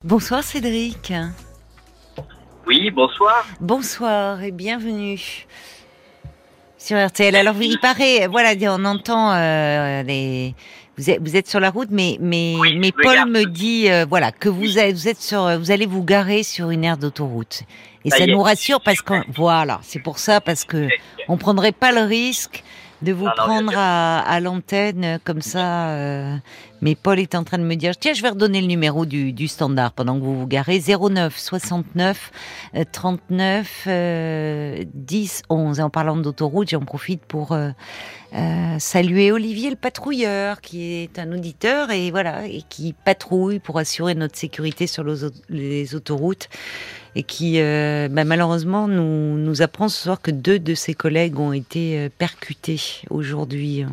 Bonsoir Cédric. Oui, bonsoir. Bonsoir et bienvenue sur RTL. Alors il paraît, voilà, on entend vous êtes sur la route, Oui, mais je me Paul gare. me dit voilà que Oui, vous allez vous garer sur une aire d'autoroute et ça ça y nous est. rassure parce que voilà, c'est pour ça parce que on prendrait pas le risque de vous Non, non, bien prendre sûr. à l'antenne comme ça. Mais Paul est en train de me dire, tiens, je vais redonner le numéro du standard pendant que vous vous garez. 09 69 39 10 11. Et en parlant d'autoroute, j'en profite pour saluer Olivier le patrouilleur, qui est un auditeur et voilà et qui patrouille pour assurer notre sécurité sur les autoroutes et qui malheureusement nous apprend ce soir que 2 de ses collègues ont été percutés aujourd'hui.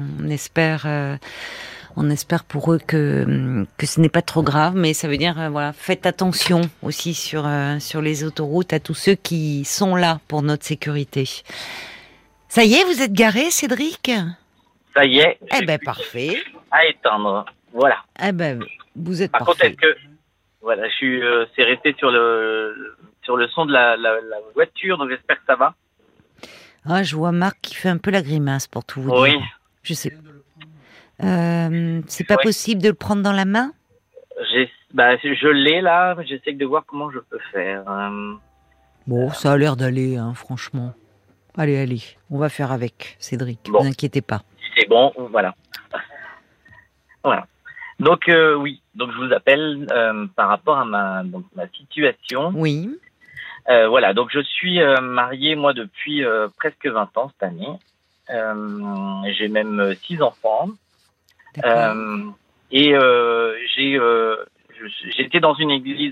On espère pour eux que ce n'est pas trop grave, mais ça veut dire voilà, faites attention aussi sur les autoroutes à tous ceux qui sont là pour notre sécurité. Ça y est, vous êtes garé, Cédric? Ça y est, Eh j'ai ben plus parfait. à éteindre. Voilà. Eh ben vous êtes Par contre, parfait. voilà, c'est resté sur le son de la voiture, donc j'espère que ça va. Ah, je vois Marc qui fait un peu la grimace pour tout vous Oui. dire. Je sais. C'est pas Oui. possible de le prendre dans la main? Je l'ai là, mais j'essaie de voir comment je peux faire. Bon, ça a l'air d'aller, hein, franchement. Allez, on va faire avec, Cédric. Bon, Vous inquiétez pas. si c'est bon, voilà. Voilà. Donc oui, donc je vous appelle par rapport à ma situation. Oui. Voilà, donc je suis marié, moi, depuis presque 20 ans cette année. J'ai même 6 enfants. D'accord. Et j'étais dans une église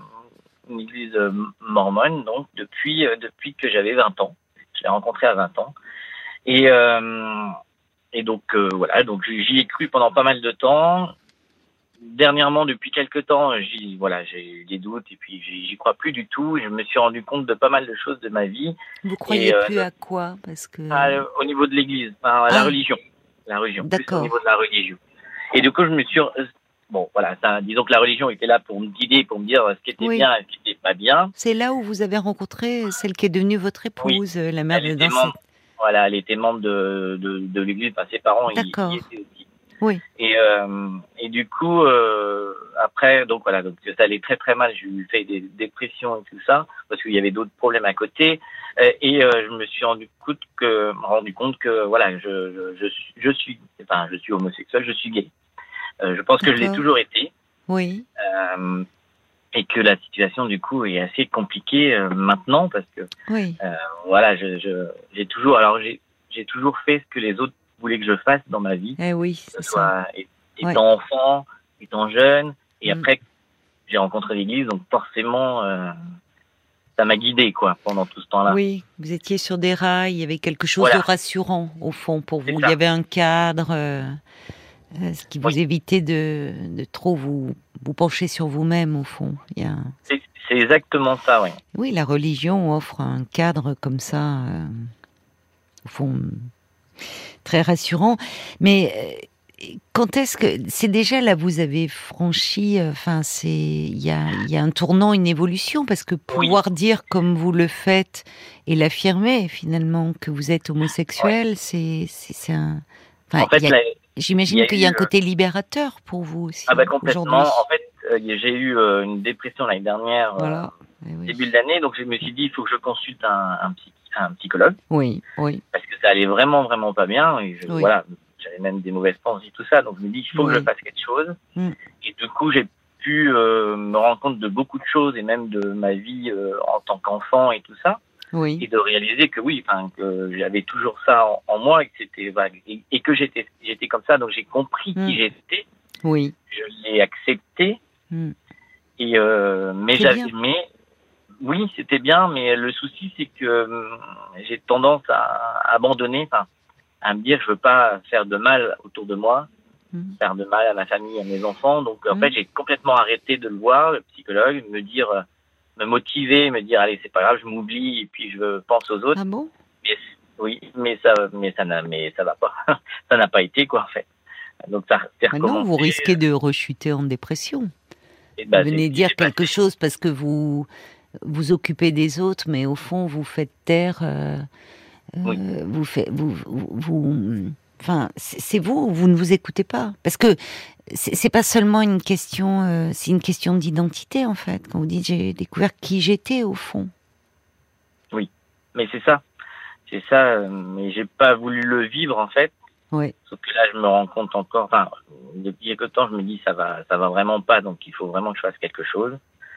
mormone, donc depuis que j'avais 20 ans. Je l'ai rencontré à 20 ans. Et, euh, et donc, voilà, donc j'y ai cru pendant pas mal de temps. Dernièrement, depuis quelques temps, j'ai eu des doutes et puis j'y crois plus du tout. Je me suis rendu compte de pas mal de choses de ma vie Vous et croyez plus à quoi? Parce que... au niveau de l'Église, enfin, la Ah, religion, plus au d'accord. niveau de la religion. Et du coup, je me suis bon, voilà, disons que la religion était là pour me guider, pour me dire ce qui était Oui. bien et ce qui n'était pas bien. C'est là où vous avez rencontré celle qui est devenue votre Oui, épouse, la mère elle de était Dansette. membre, voilà, elle était membre de l'Église. Enfin, ses parents y D'accord. étaient aussi. Oui. Et du coup, après, donc voilà, donc ça allait très très mal. J'ai eu fait des dépressions et tout ça parce qu'il y avait d'autres problèmes à côté. Je me suis rendu compte que voilà, je suis homosexuel, je suis gay. Je pense que je l'ai D'accord. toujours été. Oui. Euh, et que la situation du coup est assez compliquée maintenant parce que Oui. voilà, j'ai toujours, j'ai toujours fait ce que les autres voulaient que je fasse dans ma vie, Eh oui, que c'est ce ça. soit Oui. étant enfant, étant jeune, et Mm. après j'ai rencontré l'Église, donc forcément ça m'a guidé quoi pendant tout ce temps-là. Oui, vous étiez sur des rails, il y avait quelque chose de Voilà, rassurant au fond pour c'est vous. Il y ça. avait un cadre, ce qui Oui, vous évitait de trop vous pencher sur vous-même au fond. c'est exactement ça, oui. Oui, la religion offre un cadre comme ça, au fond, très rassurant. Mais quand est-ce que c'est déjà là vous avez franchi, enfin il y a un tournant, une évolution parce que Oui, pouvoir dire comme vous le faites et l'affirmer finalement que vous êtes ouais. homosexuel, c'est un, enfin En fait, là, il y j'imagine a qu'il y a eu un côté libérateur pour vous ah bah aussi complètement. aujourd'hui. En fait, j'ai eu une dépression l'année dernière. Voilà. Eh oui. Début de l'année, donc je me suis dit il faut que je consulte un psychologue Oui, oui, parce que ça allait vraiment vraiment pas bien et oui, voilà, j'avais même des mauvaises pensées tout ça, donc je me dis il faut que je oui. fasse quelque chose Mm. et du coup j'ai pu me rendre compte de beaucoup de choses et même de ma vie en tant qu'enfant et tout ça Oui. et de réaliser que oui, enfin que j'avais toujours ça en moi et que c'était et que j'étais comme ça, donc j'ai compris qui Mm. j'étais, Oui. je l'ai accepté Mm. et C'est bien. mais oui, c'était bien, mais le souci, c'est que j'ai tendance à abandonner, enfin, à me dire, je veux pas faire de mal autour de moi, Mm. faire de mal à ma famille, à mes enfants. Donc, en fait, Mm. j'ai complètement arrêté de le voir, le psychologue, me dire, me motiver, me dire, allez, c'est pas grave, je m'oublie et puis je pense aux autres. Ah bon? Mais, oui, mais ça va pas. Ça n'a pas été, quoi, en fait. Donc, ça s'est Maintenant, vous recommencé. risquez de rechuter en dépression. Bah, Vous venez dire quelque chose parce que vous vous occupez des autres, mais au fond, vous faites taire, oui, vous faites, enfin, c'est vous, vous ne vous écoutez pas. Parce que c'est pas seulement une question, c'est une question d'identité, en fait. Quand vous dites j'ai découvert qui j'étais, au fond. oui. Mais c'est ça. C'est ça. Mais j'ai pas voulu le vivre, en fait. Oui. Sauf que là, je me rends compte encore, enfin, depuis quelque temps, je me dis ça va vraiment pas, donc il faut vraiment que je fasse quelque chose.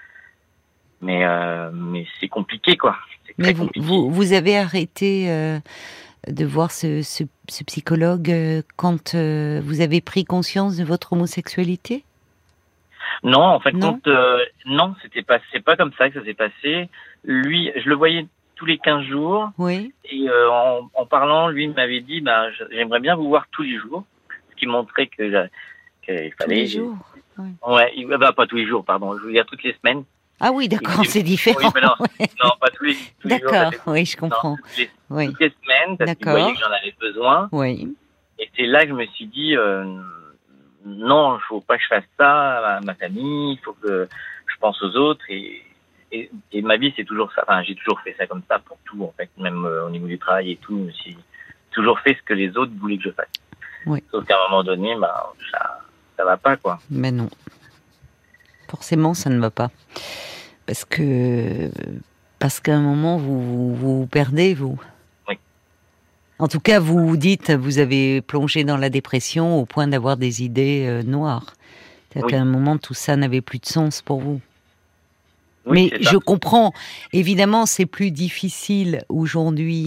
Mais c'est compliqué, quoi. C'est Mais très compliqué. vous avez arrêté de voir ce psychologue quand vous avez pris conscience de votre homosexualité? Non, en fin de Non? compte, non, c'est pas comme ça que ça s'est passé. Lui, je le voyais tous les 15 jours, Oui. et en parlant, lui m'avait dit, bah, j'aimerais bien vous voir tous les jours, ce qui montrait qu'il Tous les fallait, jours? Oui. ouais, bah, pas tous les jours, pardon, je veux dire toutes les semaines. Ah oui, Il d'accord, voulait- c'est Oui, différent. mais non, Ouais. non, pas tous les jours, ça D'accord, fait, oui, je non, comprends. Oui, toutes les semaines, parce qu'il voyait que d'accord, j'en avais besoin. oui, Et c'est là que je me suis dit, non, il faut pas que je fasse ça à ma famille, il faut que je pense aux autres. Et ma vie, c'est toujours ça. Enfin, j'ai toujours fait ça comme ça pour tout, en fait. Même au niveau du travail et tout, je me suis toujours fait ce que les autres voulaient que je fasse. oui. Sauf qu'à un moment donné, bah, ça va pas, quoi. Mais non, forcément, ça ne va pas. Parce que, parce qu'à un moment, vous perdez, vous. Oui. En tout cas, vous vous dites, vous avez plongé dans la dépression au point d'avoir des idées noires. C'est-à-dire Oui. qu'à un moment, tout ça n'avait plus de sens pour vous. Oui, Mais c'est ça. je comprends. Évidemment, c'est plus difficile aujourd'hui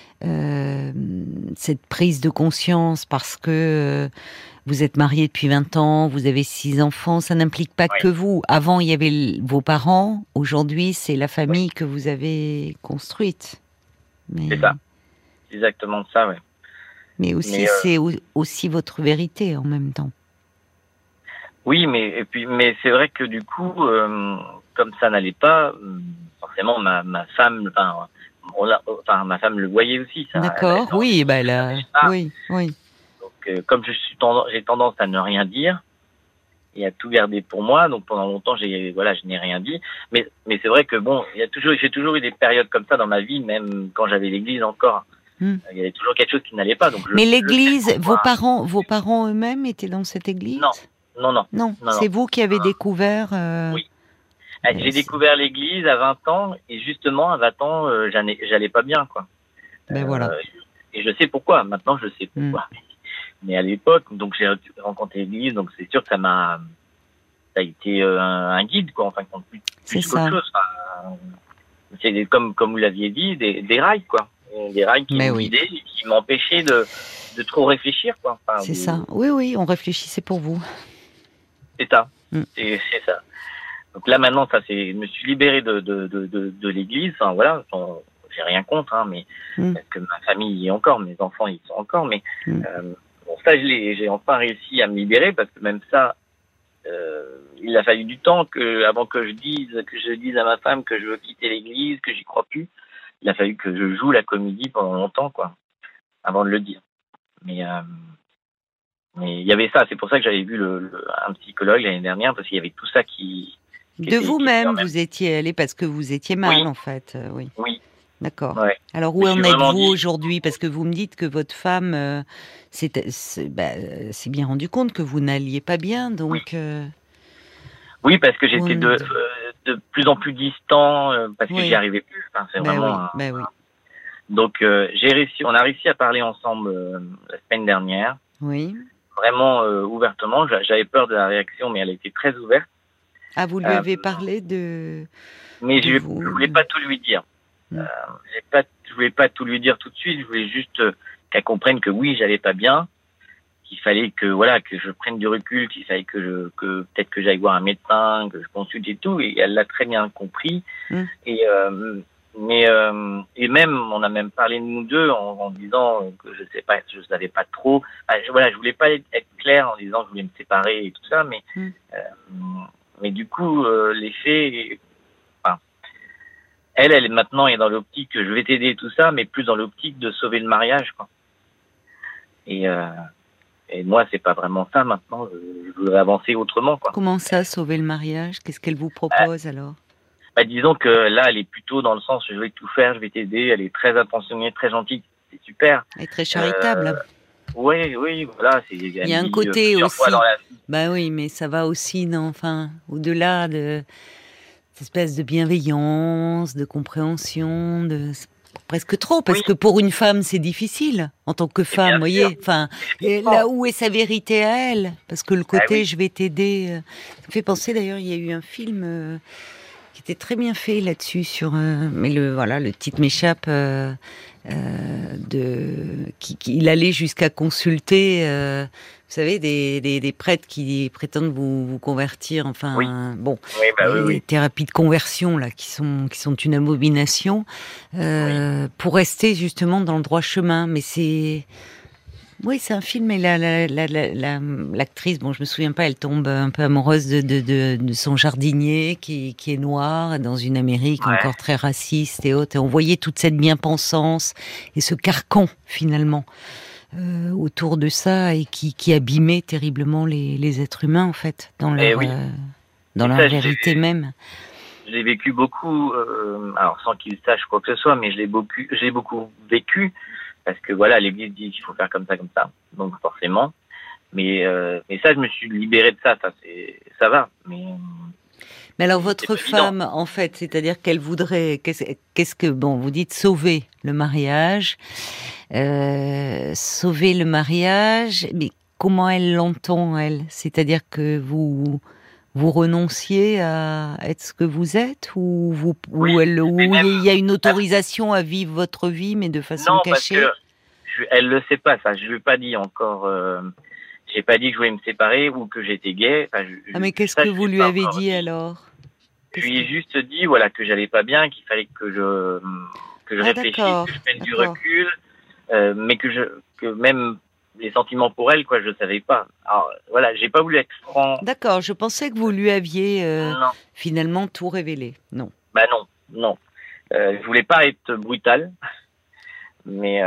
cette prise de conscience parce que vous êtes marié depuis 20 ans, vous avez 6 enfants, ça n'implique pas Oui. que vous. Avant, il y avait vos parents, aujourd'hui, c'est la famille Oui. que vous avez construite. Mais, C'est ça. C'est exactement ça, ouais. mais aussi, Mais c'est aussi votre vérité en même temps. oui, mais c'est vrai que du coup, comme ça n'allait pas, forcément ma femme, enfin ma femme le voyait aussi, ça. D'accord, oui, bah Ça là, n'allait pas. oui, oui. Donc comme j'ai tendance à ne rien dire et à tout garder pour moi, donc pendant longtemps je n'ai rien dit. Mais c'est vrai que bon, j'ai toujours eu des périodes comme ça dans ma vie, même quand j'avais l'église encore. Hmm. Il y avait toujours quelque chose qui n'allait pas. Donc Mais je sais l'église, pourquoi. vos parents eux-mêmes étaient dans cette Non, église? non, non, Non, non, non. c'est vous qui avez découvert. Oui. J'ai découvert l'église à 20 ans et justement à 20 ans, j'allais pas bien, quoi. Ben voilà. Et je sais pourquoi. Maintenant, je sais Hmm. pourquoi. Mais à l'époque, donc j'ai rencontré l'église, donc c'est sûr que ça a été un guide, quoi. Enfin, plus C'est qu'autre ça. chose. Enfin, c'est comme vous l'aviez dit, des rails, quoi. Des rails qui Mais me oui, guidaient et qui m'empêchaient de trop réfléchir, quoi. Enfin, c'est ça. Oui, oui, on réfléchissait pour vous. c'est ça. Hmm. C'est ça. Donc là maintenant, je me suis libéré de l'église. Enfin voilà, j'ai rien contre, hein, mais parce que ma famille y est encore, mes enfants y sont encore, mais bon, ça j'ai enfin réussi à me libérer parce que même ça, il a fallu du temps avant que je dise à ma femme que je veux quitter l'église, que j'y crois plus. Il a fallu que je joue la comédie pendant longtemps, quoi, avant de le dire. Mais il y avait ça. C'est pour ça que j'avais vu un psychologue l'année dernière parce qu'il y avait tout ça qui De était en vous-même, même. vous étiez allé parce que vous étiez Oui, mal, en fait. Oui, oui, d'accord. ouais. Alors, Je où me suis en vraiment êtes-vous dit, aujourd'hui? Parce que vous me dites que votre femme s'est bien rendu compte que vous n'alliez pas bien, oui, donc oui, parce que où j'étais en êtes-vous? de plus en plus distant, parce que j'y Oui, arrivais plus. Enfin, c'est ben vraiment. oui, ben oui, Donc on a réussi à parler ensemble la semaine dernière, oui. vraiment ouvertement. J'avais peur de la réaction, mais elle était très ouverte. Ah, vous lui Euh, avez parlé mais de je vous, voulais pas tout lui dire. Hmm. Je voulais pas tout lui dire tout de suite. Je voulais juste qu'elle comprenne que oui, j'allais pas bien, qu'il fallait que je prenne du recul, qu'il fallait que peut-être que j'aille voir un médecin, que je consulte et tout. Et elle l'a très bien compris. Hmm. Et et même on a même parlé de nous deux en disant que je savais pas trop. Je voulais pas être clair en disant que je voulais me séparer et tout ça, mais du coup les faits. Enfin, elle maintenant est dans l'optique que je vais t'aider et tout ça, mais plus dans l'optique de sauver le mariage, quoi. Et Et moi, c'est pas vraiment ça maintenant. Je voudrais avancer autrement, quoi. Comment ça, sauver le mariage? Qu'est-ce qu'elle vous propose alors? Bah, disons que là, elle est plutôt dans le sens, je vais tout faire, je vais t'aider. Elle est très attentionnée, très gentille. C'est super. Elle est très charitable. Oui, oui, voilà. Il y a un côté aussi. Bah oui, mais ça va aussi, non, enfin, au-delà de cette espèce de bienveillance, de compréhension, c'est presque trop, parce que pour une femme, c'est difficile en tant que femme, vous voyez. Enfin, et là où est sa vérité à elle? Parce que le côté, je vais t'aider. Ça me fait penser d'ailleurs, il y a eu un film qui était très bien fait là-dessus sur. Mais le titre m'échappe. Il allait jusqu'à consulter, vous savez, des prêtres qui prétendent vous convertir, enfin, les thérapies de conversion là, qui sont une abomination, pour rester justement dans le droit chemin. Mais c'est un film, et l'actrice, bon, je me souviens pas, elle tombe un peu amoureuse de son jardinier qui est noir, dans une Amérique encore très raciste et autres. Et on voyait toute cette bien-pensance et ce carcan, finalement, autour de ça, et qui abîmait terriblement les êtres humains, en fait, dans leur vérité même. Je l'ai vécu beaucoup, alors sans qu'ils sachent quoi que ce soit, mais je l'ai beaucoup vécu. Parce que voilà, l'Église dit qu'il faut faire comme ça, donc forcément. Mais ça, je me suis libéré de ça. Ça va. Mais alors votre femme, en fait, c'est-à-dire qu'elle voudrait, qu'est-ce que vous dites sauver le mariage, mais comment elle l'entend, elle? C'est-à-dire que vous renonciez à être ce que vous êtes, ou il y a une autorisation à vivre votre vie, mais de façon cachée? Non, parce que elle le sait pas, ça. Je lui ai pas dit encore. J'ai pas dit que je voulais me séparer ou que j'étais gay. Mais qu'est-ce que vous lui avez dit alors? Je lui ai juste dit, voilà, que j'allais pas bien, qu'il fallait que je réfléchisse, que je prenne du recul, mais que même les sentiments pour elle, quoi, je savais pas. Alors, voilà, j'ai pas voulu être franc. D'accord, je pensais que vous lui aviez finalement tout révélé. Non. Bah non. Je voulais pas être brutal, mais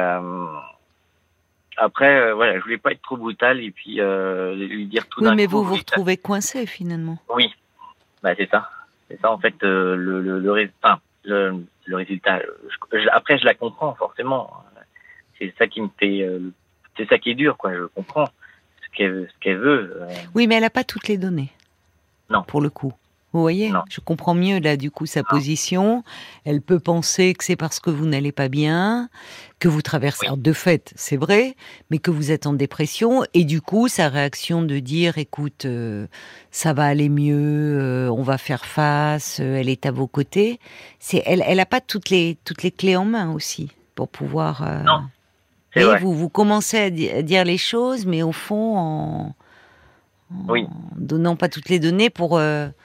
après, voilà, je voulais pas être trop brutal et puis lui dire tout d'un coup. Oui, mais vous vous retrouvez coincé finalement. Oui, bah c'est ça. C'est ça en fait le résultat. Après, je la comprends forcément. C'est ça qui me fait. C'est ça qui est dur, quoi. Je comprends ce qu'elle veut. Oui, mais elle n'a pas toutes les données. Non. Pour le coup. Vous voyez, je comprends mieux là du coup sa position. Elle peut penser que c'est parce que vous n'allez pas bien, que vous traversez, alors, de fait, c'est vrai, mais que vous êtes en dépression, et du coup sa réaction de dire, écoute, ça va aller mieux, on va faire face, elle est à vos côtés. Elle a pas toutes les clés en main aussi pour pouvoir. Non. Et vous commencez à dire les choses, mais au fond en donnant pas toutes les données pour.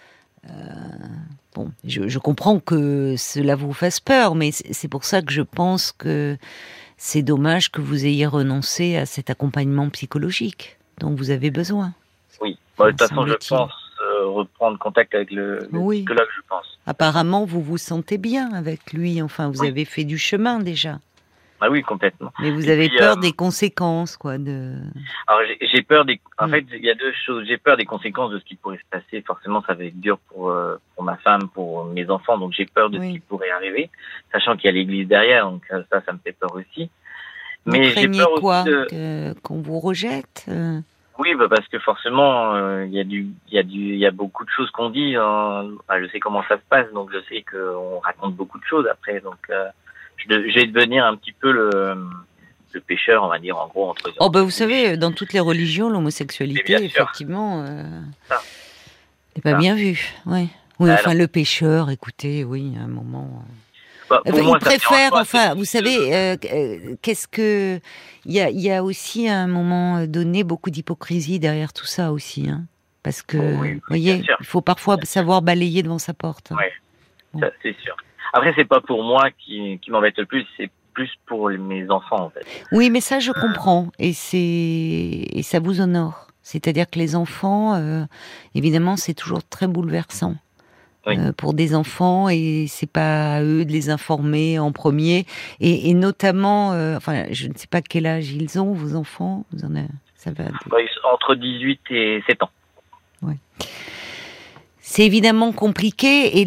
Je comprends que cela vous fasse peur, mais c'est pour ça que je pense que c'est dommage que vous ayez renoncé à cet accompagnement psychologique dont vous avez besoin. Oui, de toute façon, je pense reprendre contact avec le psychologue, je pense. Apparemment, vous vous sentez bien avec lui, enfin, vous avez fait du chemin déjà. Ah oui, complètement. Mais vous avez peur des conséquences, quoi. Alors j'ai peur En fait, il y a deux choses. J'ai peur des conséquences de ce qui pourrait se passer. Forcément, ça va être dur pour ma femme, pour mes enfants. Donc j'ai peur de ce qui pourrait arriver, sachant qu'il y a l'Église derrière. Donc ça me fait peur aussi. Mais j'ai peur aussi qu'on vous rejette. Oui, parce que forcément, il y a beaucoup de choses qu'on dit. Je sais comment ça se passe, donc je sais qu'on raconte beaucoup de choses après. Donc je vais devenir un petit peu le pécheur, on va dire, en gros, entre. Vous savez, dans toutes les religions, l'homosexualité, effectivement, n'est pas bien vue. Oui, enfin, le pécheur, écoutez, oui, à un moment. Il préfère, vous savez, qu'est-ce que. Il y a aussi, à un moment donné, beaucoup d'hypocrisie derrière tout ça aussi. Hein, parce que, vous voyez, il faut parfois savoir balayer devant sa porte. Oui, ça, c'est sûr. Après, c'est pas pour moi qui m'embête le plus, c'est plus pour mes enfants, en fait. Oui, mais ça, je comprends. Et ça vous honore. C'est-à-dire que les enfants, évidemment, c'est toujours très bouleversant. Pour des enfants, et c'est pas à eux de les informer en premier. Et notamment, je ne sais pas quel âge ils ont, vos enfants. Vous en avez Ça va. Entre 18 et 7 ans. Ouais. C'est évidemment compliqué et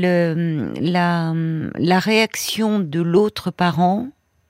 la réaction de l'autre parent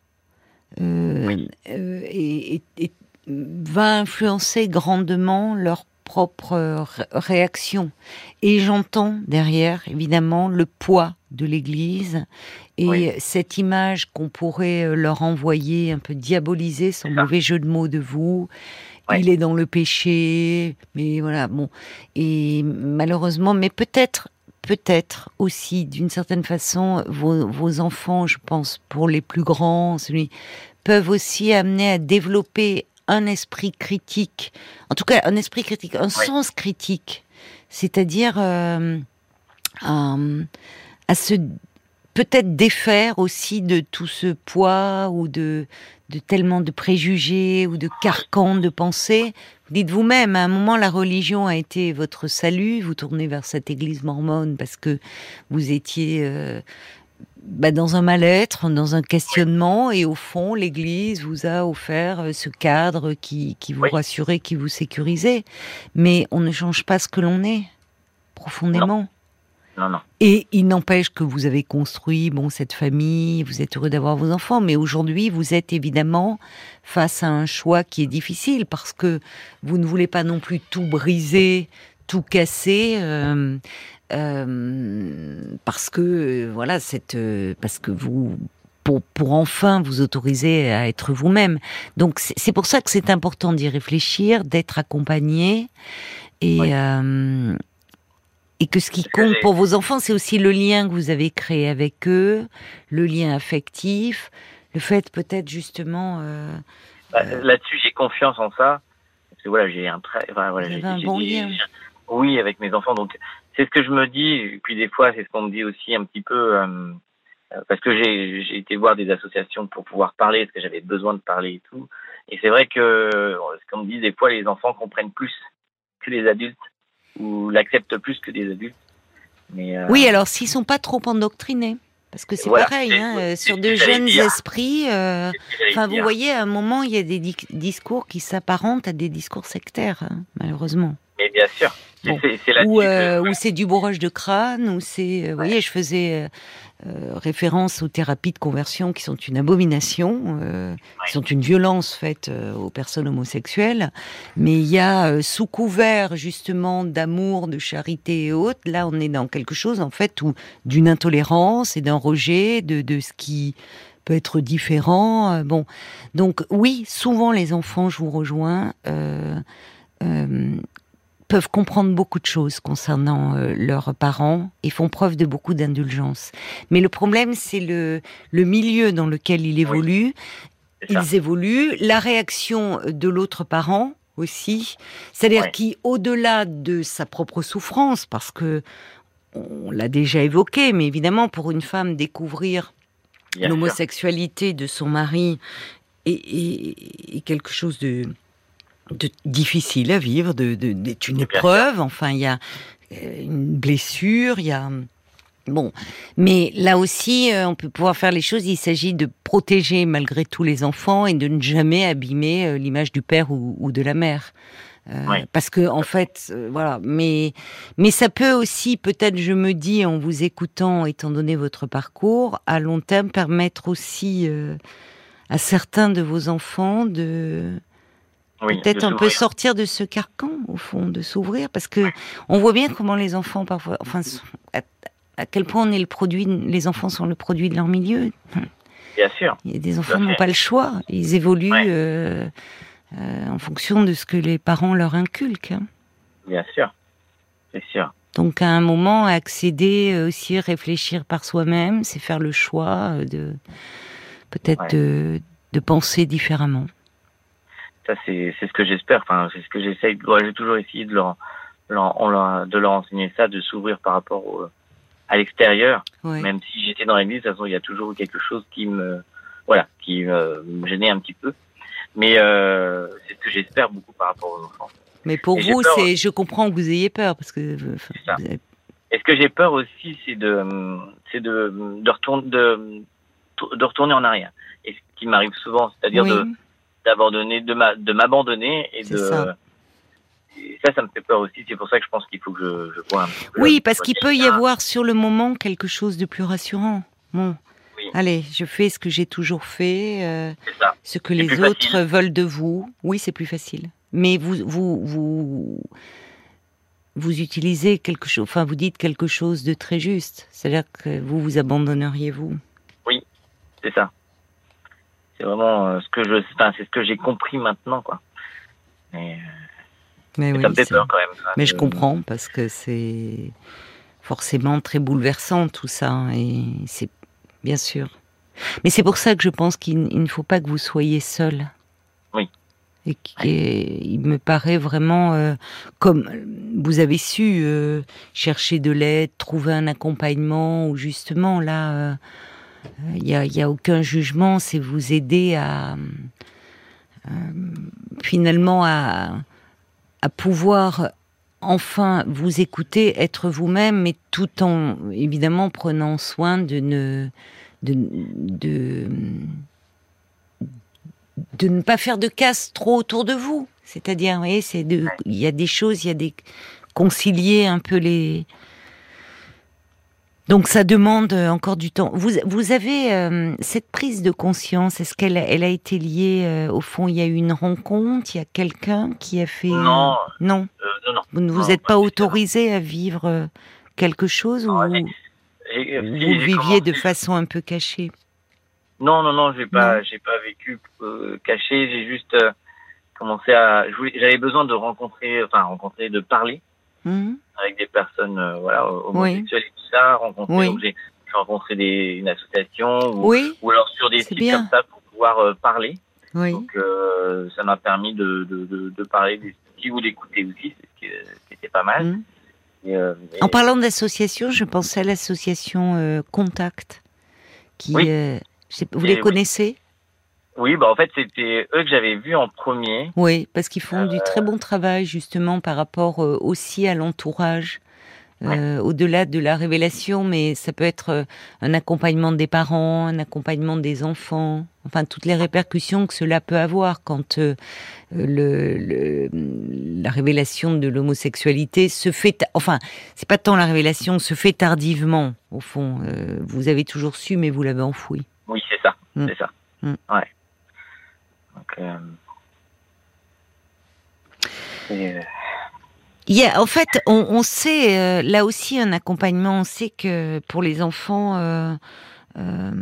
va influencer grandement leur propre réaction. Et j'entends derrière, évidemment, le poids de l'Église et cette image qu'on pourrait leur envoyer, un peu diabolisée, sans mauvais jeu de mots de vous. Il est dans le péché, mais voilà, bon. Et malheureusement, mais peut-être aussi, d'une certaine façon, vos enfants, je pense, pour les plus grands, peuvent aussi amener à développer un esprit critique, en tout cas un esprit critique, un sens critique, c'est-à-dire à se peut-être défaire aussi de tout ce poids ou de tellement de préjugés ou de carcans de pensée. Vous dites vous-même, à un moment, la religion a été votre salut. Vous tournez vers cette église mormone parce que vous étiez dans un mal-être, dans un questionnement, et au fond, l'église vous a offert ce cadre qui vous rassurait, qui vous sécurisait. Mais on ne change pas ce que l'on est, profondément. Non. Et il n'empêche que vous avez construit cette famille, vous êtes heureux d'avoir vos enfants, mais aujourd'hui vous êtes évidemment face à un choix qui est difficile parce que vous ne voulez pas non plus tout briser, tout casser, parce que parce que vous pour enfin vous autoriser à être vous-même. Donc c'est pour ça que c'est important d'y réfléchir, d'être accompagné et que ce qui compte pour vos enfants, c'est aussi le lien que vous avez créé avec eux, le lien affectif, le fait peut-être justement... Là-dessus, j'ai confiance en ça. Parce que voilà, j'ai un bon lien. Oui, avec mes enfants. Donc, c'est ce que je me dis. Et puis des fois, c'est ce qu'on me dit aussi un petit peu... parce que j'ai été voir des associations pour pouvoir parler, parce que j'avais besoin de parler et tout. Et c'est vrai que, ce qu'on me dit, des fois, les enfants comprennent plus que les adultes, ou l'acceptent plus que des adultes. Mais oui, alors s'ils sont pas trop endoctrinés, parce que c'est pareil, sur de jeunes esprits. Vous voyez, à un moment, il y a des discours qui s'apparentent à des discours sectaires, malheureusement. Mais bien sûr. Bon. Ou c'est du bourrage de crâne, ou c'est... Vous voyez, je faisais référence aux thérapies de conversion qui sont une abomination, qui sont une violence faite aux personnes homosexuelles. Mais il y a, sous couvert justement d'amour, de charité et autres, là on est dans quelque chose en fait où d'une intolérance et d'un rejet de ce qui peut être différent. Donc oui, souvent les enfants, je vous rejoins, peuvent comprendre beaucoup de choses concernant leurs parents et font preuve de beaucoup d'indulgence. Mais le problème, c'est le milieu dans lequel ils évoluent. Ils évoluent. La réaction de l'autre parent aussi. C'est-à-dire qu'au-delà de sa propre souffrance, parce que on l'a déjà évoqué, mais évidemment, pour une femme, découvrir l'homosexualité de son mari est quelque chose de difficile à vivre, d'être une épreuve. Enfin, il y a une blessure, il y a... Bon, mais là aussi, on peut pouvoir faire les choses. Il s'agit de protéger malgré tout les enfants et de ne jamais abîmer l'image du père ou de la mère. Parce que en fait, voilà. Mais ça peut aussi, peut-être, je me dis, en vous écoutant, étant donné votre parcours, à long terme, permettre aussi à certains de vos enfants de... peut-être un peu sortir de ce carcan, au fond, de s'ouvrir, parce que on voit bien comment les enfants parfois, à quel point les enfants sont le produit de leur milieu. Bien sûr. Il y a des enfants qui n'ont pas le choix, ils évoluent en fonction de ce que les parents leur inculquent. Bien sûr, c'est sûr. Donc à un moment, accéder aussi, réfléchir par soi-même, c'est faire le choix de penser différemment. Ça, c'est ce que j'espère. Enfin, c'est ce que j'essaye. J'ai toujours essayé de leur enseigner ça, de s'ouvrir par rapport à l'extérieur. Même si j'étais dans l'église, de toute façon, il y a toujours quelque chose qui me gênait un petit peu. Mais c'est ce que j'espère beaucoup par rapport aux enfants. Mais pour vous, je comprends que vous ayez peur parce que. Et ce que j'ai peur aussi, c'est de retourner en arrière. Et ce qui m'arrive souvent, c'est-à-dire d'abandonner, de m'abandonner et C'est ça. Et ça me fait peur aussi. C'est pour ça que je pense qu'il faut que je vois un petit peu. Oui, parce qu'il peut y avoir sur le moment quelque chose de plus rassurant. Bon, Oui, allez, je fais ce que j'ai toujours fait, c'est ça. ce que C'est les plus autres facile. veulent de vous. Oui, c'est plus facile. Mais vous utilisez quelque chose, enfin, vous dites quelque chose de très juste. C'est-à-dire que vous abandonneriez vous. Oui, c'est ça. C'est vraiment enfin, c'est ce que j'ai compris maintenant, quoi. Mais, Mais ça oui, me fait peur quand même. Ça, mais je comprends parce que c'est forcément très bouleversant tout ça, hein, et c'est bien sûr. Mais c'est pour ça que je pense qu'il ne faut pas que vous soyez seul. Oui. Et il me paraît vraiment, comme vous avez su chercher de l'aide, trouver un accompagnement, ou justement là, il y a aucun jugement, c'est vous aider à finalement à pouvoir enfin vous écouter, être vous-même, mais tout en évidemment prenant soin de, de ne pas faire de casse trop autour de vous. C'est-à-dire, vous voyez, il y a des choses, il y a des concilier un peu les. Donc ça demande encore du temps. Vous avez cette prise de conscience. Est-ce elle a été liée au fond? Il y a eu une rencontre, il y a quelqu'un qui a fait. Non, Non. non. Vous ne vous Non, êtes pas spécialement. autorisé à vivre quelque chose, Non, vous si, le j'ai viviez de commencé. façon un peu cachée? Non, Non. j'ai pas vécu caché. J'ai juste commencé j'avais besoin de de parler Mhm. avec des personnes, voilà, Oui. homosexuelles et tout ça. Donc Oui. j'ai rencontré une association Oui. ou alors sur des C'est sites comme bien. ça pour pouvoir parler. Oui. Donc ça m'a permis de parler des soucis ou d'écouter aussi, ce qui était pas mal. Mhm. Et, En parlant d'association, je pensais à l'association Contact, qui, oui, vous les oui, connaissez? oui, bah en fait c'était eux que j'avais vus en premier. Oui, parce qu'ils font du très bon travail justement par rapport aussi à l'entourage, Ouais. au-delà de la révélation, mais ça peut être un accompagnement des parents, un accompagnement des enfants, enfin toutes les répercussions que cela peut avoir quand la révélation de l'homosexualité se fait, enfin, c'est pas tant la révélation, se fait tardivement, au fond. Vous avez toujours su, mais vous l'avez enfoui. Oui, c'est ça, Mm. c'est ça. Mm. Ouais. Donc, En fait, on sait, là aussi, un accompagnement, on sait que pour les enfants, euh,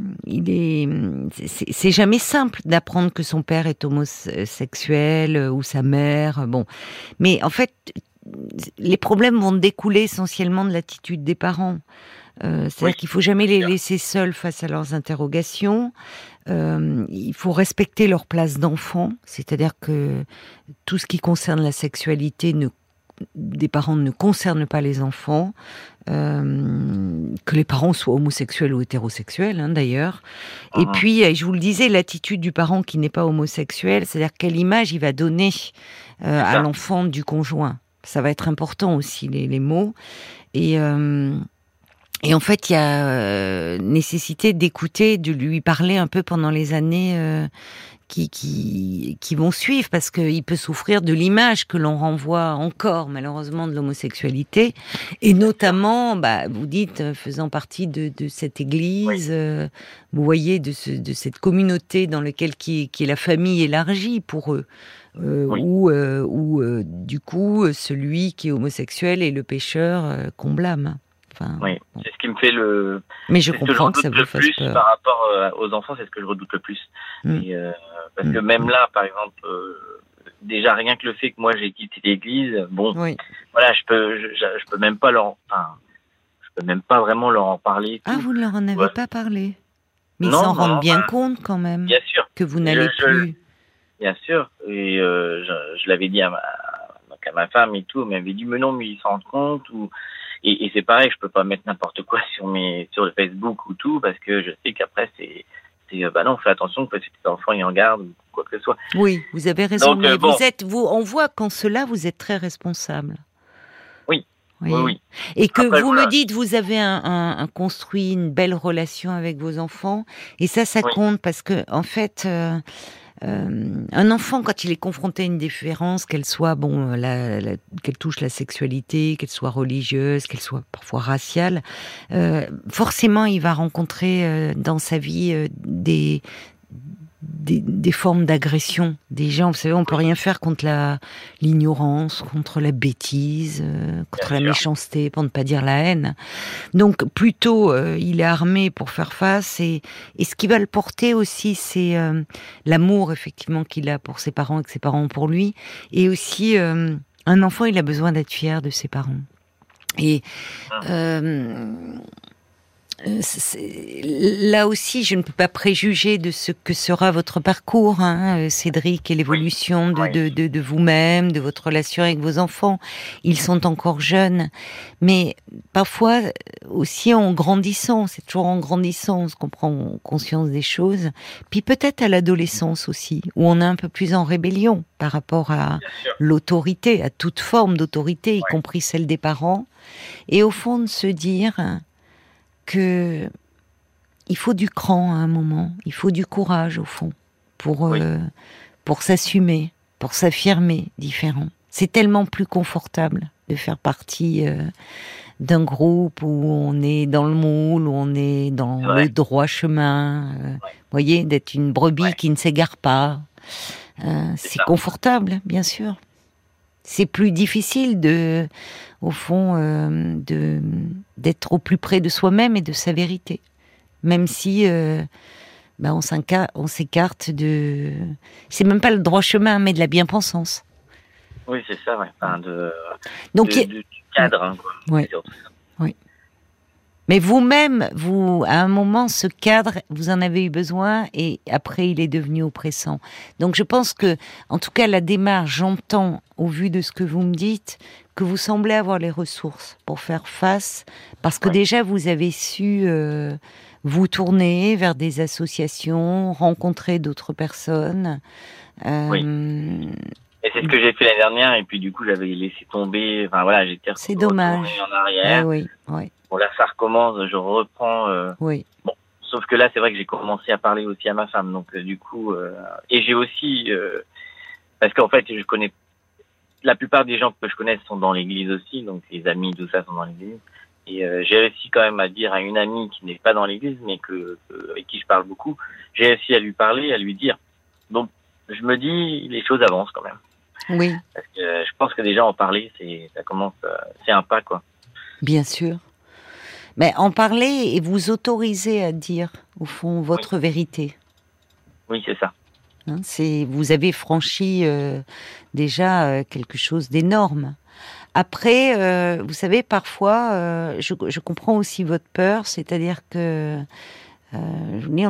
c'est jamais simple d'apprendre que son père est homosexuel ou sa mère. Bon, mais en fait, les problèmes vont découler essentiellement de l'attitude des parents. C'est-à-dire oui, qu'il faut jamais c'est les sûr. laisser seuls face à leurs interrogations. Il faut respecter leur place d'enfant, c'est-à-dire que tout ce qui concerne la sexualité des parents ne concerne pas les enfants, que les parents soient homosexuels ou hétérosexuels, hein, d'ailleurs. Et Mhm. puis, je vous le disais, l'attitude du parent qui n'est pas homosexuel, c'est-à-dire quelle image il va donner C'est à ça. l'enfant du conjoint. Ça va être important aussi, les mots. Et, euh, et en fait, il y a nécessité d'écouter, de lui parler un peu pendant les années qui vont suivre, parce qu'il peut souffrir de l'image que l'on renvoie encore, malheureusement, de l'homosexualité, et notamment, bah, vous dites, faisant partie de cette Oui, église, vous voyez, de cette communauté dans laquelle qui est la famille élargie pour eux, oui, où du coup, celui qui est homosexuel est le pécheur qu'on blâme. Enfin, oui. bon. C'est ce qui me fait Mais je c'est ce que je comprends que ça redoute vous le fasse plus peur. par rapport aux enfants, c'est ce que je redoute le plus. Mm, Et parce que mm, même mm. là, par exemple, déjà rien que le fait que moi j'ai quitté l'église, bon, Oui. voilà, je peux même pas je peux même pas vraiment leur en parler et Ah, tout. vous ne leur en avez Ouais. pas parlé? Mais ils s'en Non, rendent non, bien compte quand même bien sûr. que vous Je, n'allez je, plus. Bien sûr. Et je l'avais dit donc à ma femme et tout. Elle m'avait dit, mais non, mais ils s'en rendent compte. Et c'est pareil, je peux pas mettre n'importe quoi sur le Facebook ou tout, parce que je sais qu'après, bah non, fais attention que tes enfants y en gardent ou quoi que ce soit. Oui, vous avez raison. Donc, Mais bon, on voit qu'en cela, vous êtes très responsable. oui, oui, Voyez. oui. Et que Après, vous me voilà. dites, vous avez construit une belle relation avec vos enfants. Et ça Oui, compte parce que, en fait, un enfant, quand il est confronté à une différence, qu'elle soit qu'elle touche la sexualité, qu'elle soit religieuse, qu'elle soit parfois raciale, forcément, il va rencontrer dans sa vie des formes d'agression des gens. Vous savez, on peut rien faire contre l'ignorance, contre la bêtise, contre la méchanceté, pour ne pas dire la haine. Donc, plutôt, il est armé pour faire face. Et ce qui va le porter aussi, c'est l'amour, effectivement, qu'il a pour ses parents et que ses parents ont pour lui. Et aussi, un enfant, il a besoin d'être fier de ses parents. Et là aussi, je ne peux pas préjuger de ce que sera votre parcours, hein, Cédric, et l'évolution de vous-même, de votre relation avec vos enfants. Ils sont encore jeunes, mais parfois aussi en grandissant, c'est toujours en grandissant qu'on prend conscience des choses. Puis peut-être à l'adolescence aussi, où on est un peu plus en rébellion par rapport à l'autorité, à toute forme d'autorité, y compris celle des parents. Et au fond, de se dire que il faut du cran à un moment, il faut du courage au fond pour s'assumer, pour s'affirmer différent. C'est tellement plus confortable de faire partie d'un groupe où on est dans le moule, où on est dans le droit chemin. Voyez, d'être une brebis qui ne s'égare pas. C'est confortable, bien sûr. C'est plus difficile au fond, d'être au plus près de soi-même et de sa vérité. Même si on s'écarte de... C'est même pas le droit chemin, mais de la bien-pensance. Oui, c'est ça, ouais. Enfin, du cadre. Hein, oui. Oui. Mais vous-même, à un moment, ce cadre, vous en avez eu besoin et après, il est devenu oppressant. Donc, je pense que, en tout cas, la démarche, j'entends, au vu de ce que vous me dites, que vous semblez avoir les ressources pour faire face, parce que déjà, vous avez su vous tourner vers des associations, rencontrer d'autres personnes. Oui. Et c'est ce que j'ai fait l'année dernière, et puis du coup, j'avais laissé tomber, enfin voilà, j'étais c'est dommage. En arrière. Oui. Bon, là, ça recommence, je reprends. Oui. Bon, sauf que là, c'est vrai que j'ai commencé à parler aussi à ma femme, donc du coup, et j'ai aussi, parce qu'en fait, je connais, la plupart des gens que je connais sont dans l'église aussi, donc les amis, tout ça sont dans l'église. Et j'ai réussi quand même à dire à une amie qui n'est pas dans l'église, mais avec qui je parle beaucoup, j'ai réussi à lui parler, à lui dire. Donc, je me dis, les choses avancent quand même. Oui. Parce que je pense que déjà en parler, ça commence, c'est un pas, quoi. Bien sûr. Mais en parler et vous autoriser à dire, au fond, votre vérité. Oui, c'est ça. Hein, vous avez franchi déjà quelque chose d'énorme. Après, vous savez, parfois, je comprends aussi votre peur, c'est-à-dire que, je vous dis,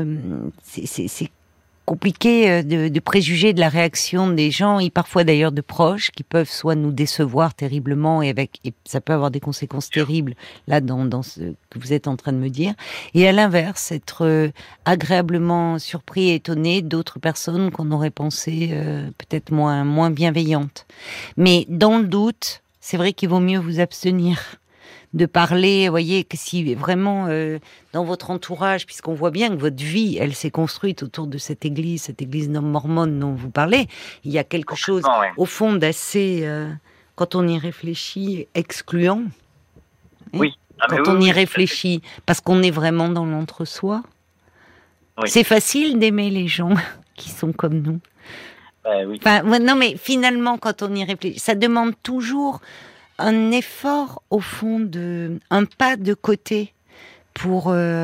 c'est compliqué de préjuger de la réaction des gens, et parfois d'ailleurs de proches, qui peuvent soit nous décevoir terriblement, et ça peut avoir des conséquences terribles, là, dans ce que vous êtes en train de me dire, et à l'inverse, être agréablement surpris et étonné d'autres personnes qu'on aurait pensé peut-être moins bienveillantes. Mais dans le doute, c'est vrai qu'il vaut mieux vous abstenir de parler, vous voyez, que si vraiment dans votre entourage, puisqu'on voit bien que votre vie, elle s'est construite autour de cette église mormone dont vous parlez, il y a quelque chose au fond d'assez, quand on y réfléchit, excluant. Oui. Quand on y réfléchit, parce qu'on est vraiment dans l'entre-soi. Oui. C'est facile d'aimer les gens qui sont comme nous. Oui. Enfin, non, mais finalement, quand on y réfléchit, ça demande toujours un effort, au fond, un pas de côté pour,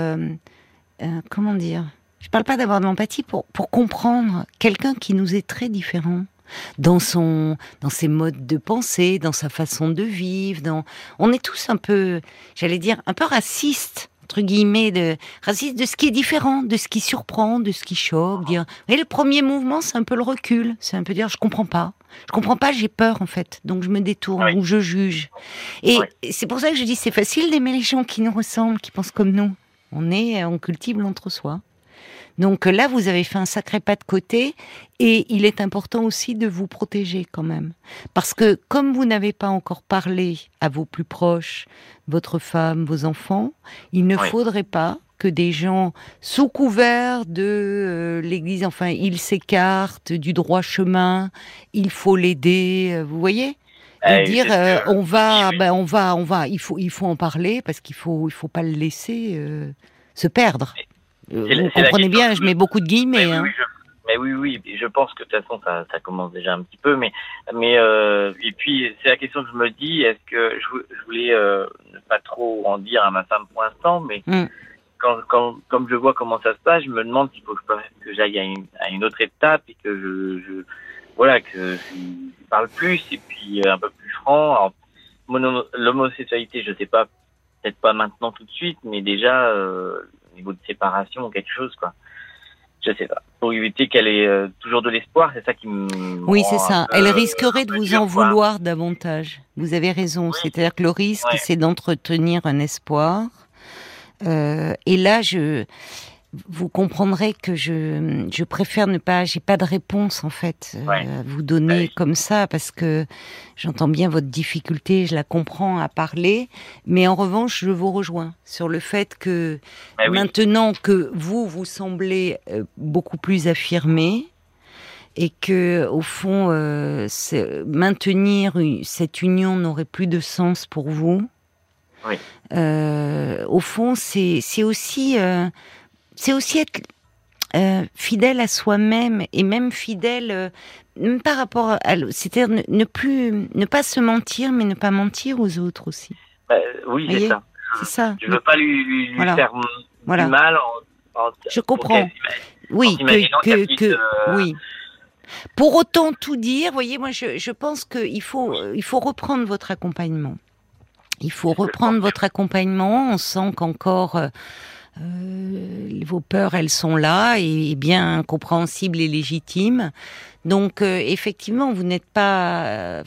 comment dire, je parle pas d'avoir de l'empathie, pour comprendre quelqu'un qui nous est très différent dans ses modes de pensée, dans sa façon de vivre, on est tous un peu, j'allais dire, un peu racistes, entre guillemets, racistes de ce qui est différent, de ce qui surprend, de ce qui choque. Et le premier mouvement, c'est un peu le recul, c'est un peu dire, je comprends pas, j'ai peur en fait, donc je me détourne ou je juge. Et c'est pour ça que je dis, c'est facile d'aimer les gens qui nous ressemblent, qui pensent comme nous. On cultive l'entre-soi. Donc là, vous avez fait un sacré pas de côté, et il est important aussi de vous protéger quand même. Parce que comme vous n'avez pas encore parlé à vos plus proches, votre femme, vos enfants, il ne faudrait pas que des gens, sous couvert de l'Église, enfin, ils s'écartent du droit chemin, il faut l'aider, vous voyez, et dire on va, il faut en parler parce qu'il faut pas le laisser se perdre. Vous comprenez bien, je mets beaucoup de guillemets. Mais oui, je pense que de toute façon ça commence déjà un petit peu, mais et puis c'est la question que je me dis, est-ce que je voulais ne pas trop en dire à ma femme pour l'instant, mais comme je vois comment ça se passe, je me demande s'il faut que j'aille à une autre étape et que que je parle plus et puis un peu plus franc. Alors, l'homosexualité, je sais pas, peut-être pas maintenant tout de suite, mais déjà au niveau de séparation ou quelque chose, quoi. Je sais pas. Pour éviter qu'elle ait toujours de l'espoir, c'est ça qui me... Oui, c'est ça. Elle risquerait de vous en vouloir davantage. Vous avez raison. Oui. C'est-à-dire que le risque, c'est d'entretenir un espoir. Et là, vous comprendrez que je préfère ne pas... J'ai pas de réponse, en fait, à vous donner comme ça, parce que j'entends bien votre difficulté, je la comprends à parler, mais en revanche, je vous rejoins sur le fait que maintenant que vous semblez beaucoup plus affirmé, et que, au fond, maintenir cette union n'aurait plus de sens pour vous, au fond, c'est aussi être fidèle à soi-même et même fidèle même par rapport à l'autre. C'est-à-dire ne pas se mentir, mais ne pas mentir aux autres aussi. Oui, c'est ça. C'est ça. Je veux pas lui faire du mal. Je comprends. Oui, oui. Pour autant tout dire, voyez, moi je pense qu'il faut reprendre votre accompagnement. Il faut reprendre votre accompagnement. On sent qu'encore vos peurs, elles sont là et bien compréhensibles et légitimes. Donc effectivement, vous n'êtes pas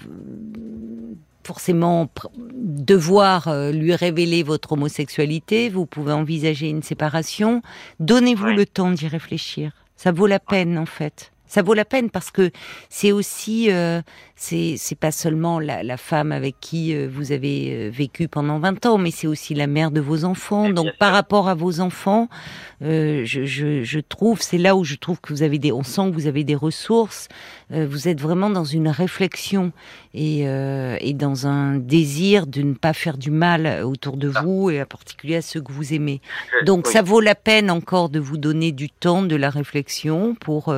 forcément devoir lui révéler votre homosexualité. Vous pouvez envisager une séparation. Donnez-vous le temps d'y réfléchir. Ça vaut la peine en fait. Ça vaut la peine parce que c'est aussi, c'est pas seulement la femme avec qui vous avez vécu pendant 20 ans, mais c'est aussi la mère de vos enfants. Donc par rapport à vos enfants, je trouve, c'est là où je trouve que on sent que vous avez des ressources. Vous êtes vraiment dans une réflexion et dans un désir de ne pas faire du mal autour de vous et en particulier à ceux que vous aimez. Donc ça vaut la peine encore de vous donner du temps, de la réflexion pour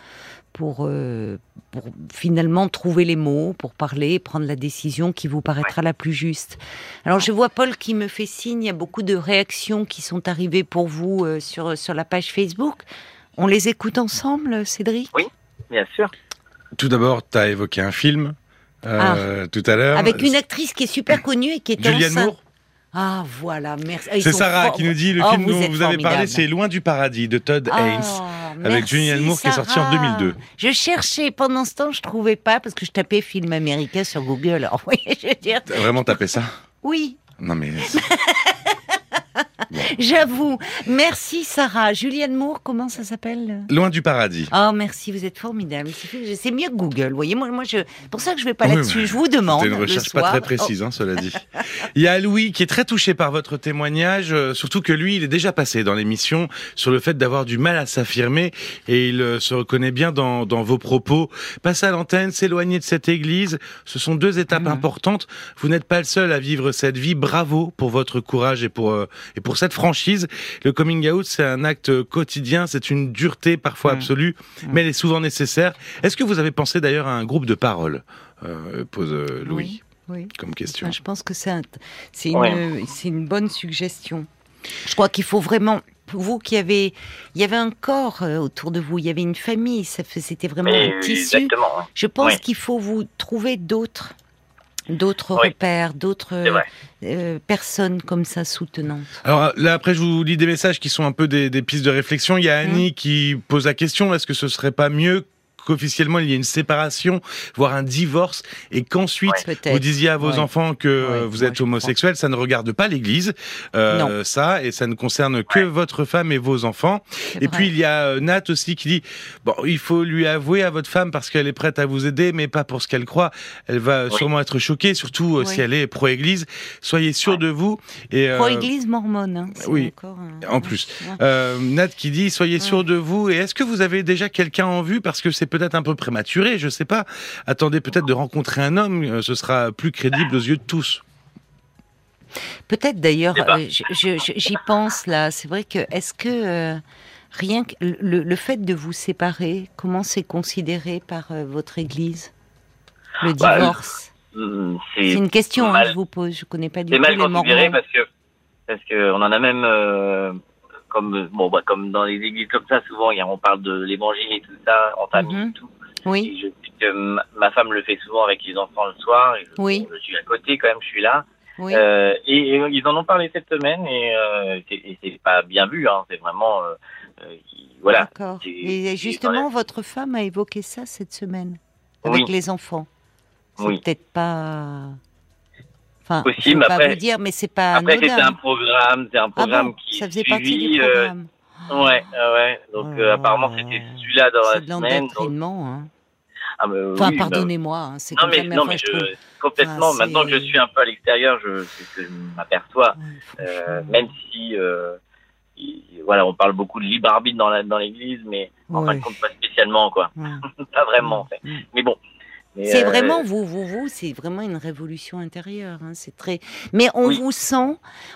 finalement trouver les mots, pour parler, prendre la décision qui vous paraîtra la plus juste. Alors je vois Paul qui me fait signe, il y a beaucoup de réactions qui sont arrivées pour vous sur la page Facebook. On les écoute ensemble, Cédric ? Oui, bien sûr. Tout d'abord, tu as évoqué un film tout à l'heure. Avec une actrice qui est super connue et qui est Julianne Moore. Ah voilà, merci. C'est Sarah qui nous dit, le film dont vous avez parlé, c'est Loin du paradis de Todd Haynes, avec Julianne Moore, qui est sorti en 2002. Je cherchais, pendant ce temps, je trouvais pas, parce que je tapais film américain sur Google. Alors, oui, je veux dire... T'as vraiment tapé ça ? Oui. Non mais... Bon. J'avoue. Merci Sarah. Julianne Moore, comment ça s'appelle ? Loin du paradis. Oh merci, vous êtes formidable. C'est mieux que Google. Vous voyez, moi pour ça que je vais pas là-dessus. Je vous demande. C'est une recherche pas très précise, cela dit. Il y a Louis qui est très touché par votre témoignage, surtout que lui, il est déjà passé dans l'émission sur le fait d'avoir du mal à s'affirmer et il se reconnaît bien dans vos propos. Passer à l'antenne, s'éloigner de cette église, ce sont deux étapes importantes. Vous n'êtes pas le seul à vivre cette vie. Bravo pour votre courage et pour cette franchise. Le coming out, c'est un acte quotidien, c'est une dureté parfois absolue, mais elle est souvent nécessaire. Est-ce que vous avez pensé d'ailleurs à un groupe de parole pose Louis comme question. Je pense que c'est une bonne suggestion. Je crois qu'il faut vraiment... Vous il y avait un corps autour de vous, il y avait une famille, c'était vraiment un tissu. Exactement. Je pense qu'il faut vous trouver d'autres repères, d'autres personnes comme ça soutenantes. Alors là, après, je vous lis des messages qui sont un peu des pistes de réflexion. Il y a Annie qui pose la question, est-ce que ce serait pas mieux qu'officiellement il y ait une séparation, voire un divorce, et qu'ensuite Peut-être. vous disiez à vos enfants que vous êtes homosexuel, ça ne regarde pas l'Église, ça, et ça ne concerne que votre femme et vos enfants. Et puis il y a Nat aussi qui dit, bon, il faut lui avouer à votre femme parce qu'elle est prête à vous aider, mais pas pour ce qu'elle croit. Elle va sûrement être choquée, surtout si elle est pro-Église. Soyez sûr de vous. Et pro-Église mormone. Hein, oui, encore, en plus. Nat qui dit, soyez sûr de vous. Et est-ce que vous avez déjà quelqu'un en vue? Parce que c'est peut-être un peu prématuré, je sais pas. Attendez peut-être de rencontrer un homme, ce sera plus crédible aux yeux de tous. Peut-être d'ailleurs, j'y pense là. C'est vrai que, est-ce que rien que le fait de vous séparer, comment c'est considéré par votre Église? Le divorce. C'est une question que je vous pose. Je connais pas du tout les mormons. C'est mal considéré parce que on en a même comme dans les églises comme ça, souvent on parle de l'évangile et tout ça en famille et tout. Oui. Et je sais que ma femme le fait souvent avec les enfants le soir. Et je suis à côté quand même, je suis là. Oui. Et ils en ont parlé cette semaine et c'est pas bien vu. Hein, c'est vraiment voilà. D'accord. Et justement, votre femme a évoqué ça cette semaine avec les enfants. C'est peut-être pas. Enfin, possible. Pas vous dire, mais c'est pas. Après, anodin. c'est un programme qui ça faisait suivi, partie du programme. Ouais. Donc apparemment c'était celui-là dans la semaine. C'est de l'endoctrinement. Hein. Oui, pardonnez-moi. C'est complètement. Maintenant que je suis un peu à l'extérieur, c'est ce que je m'aperçois. Même si on parle beaucoup de libre arbitre dans l'Église, mais en fin de compte pas spécialement quoi. Pas vraiment en fait. Mais bon. C'est vraiment vous, c'est vraiment une révolution intérieure. Hein, c'est très. Mais on vous sent.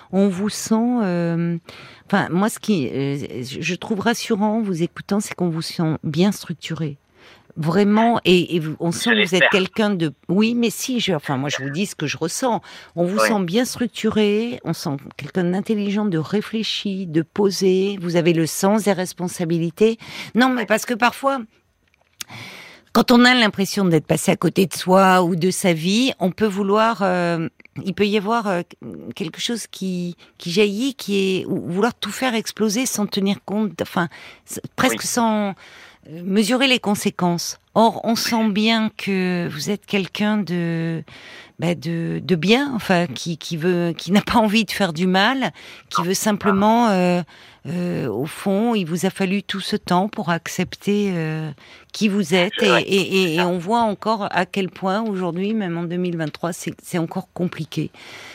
Enfin, moi, ce qui, je trouve rassurant en vous écoutant, c'est qu'on vous sent bien structuré. Vraiment, et on sent que vous êtes quelqu'un de. Oui, mais si, moi, je vous dis ce que je ressens. On vous sent bien structuré, on sent quelqu'un d'intelligent, de réfléchi, de posé. Vous avez le sens des responsabilités. Non, mais parce que parfois. Quand on a l'impression d'être passé à côté de soi ou de sa vie, on peut vouloir, il peut y avoir quelque chose qui jaillit, qui est vouloir tout faire exploser sans tenir compte, presque sans mesurer les conséquences. Or, on sent bien que vous êtes quelqu'un de bien, qui n'a pas envie de faire du mal, qui veut simplement, au fond, il vous a fallu tout ce temps pour accepter qui vous êtes, et on voit encore à quel point aujourd'hui, même en 2023, c'est encore compliqué.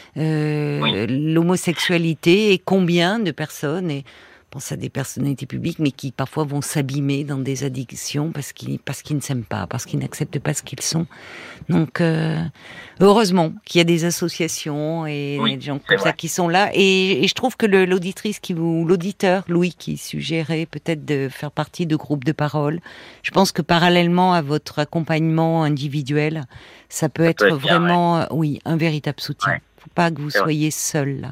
L'homosexualité, et combien de personnes, et je pense à des personnalités publiques, mais qui parfois vont s'abîmer dans des addictions parce qu'ils ne s'aiment pas, parce qu'ils n'acceptent pas ce qu'ils sont. Donc, heureusement qu'il y a des associations et des gens comme ça qui sont là. Et je trouve que l'auditeur, Louis, qui suggérait peut-être de faire partie de groupes de parole, je pense que parallèlement à votre accompagnement individuel, ça peut être vraiment, un véritable soutien. Faut pas que vous soyez seul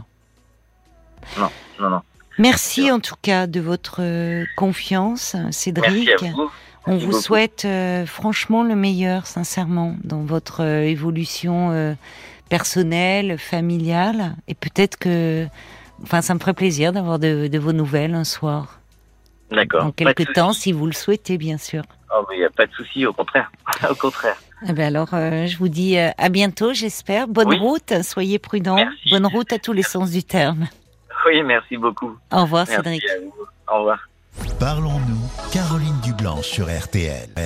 là. Non. Merci en tout cas de votre confiance, Cédric. Merci à vous. On vous souhaite franchement le meilleur, sincèrement, dans votre évolution personnelle, familiale. Et peut-être que... ça me ferait plaisir d'avoir de vos nouvelles un soir. D'accord. Dans quelques temps, si vous le souhaitez, bien sûr. Oh, mais il n'y a pas de souci, au contraire. Au contraire. Eh bien alors, je vous dis à bientôt, j'espère. Bonne route, soyez prudents. Merci. Bonne route à tous les sens du terme. Oui, merci beaucoup. Au revoir, Cédric. Merci à vous. Au revoir. Parlons-nous, Caroline Dublanche sur RTL.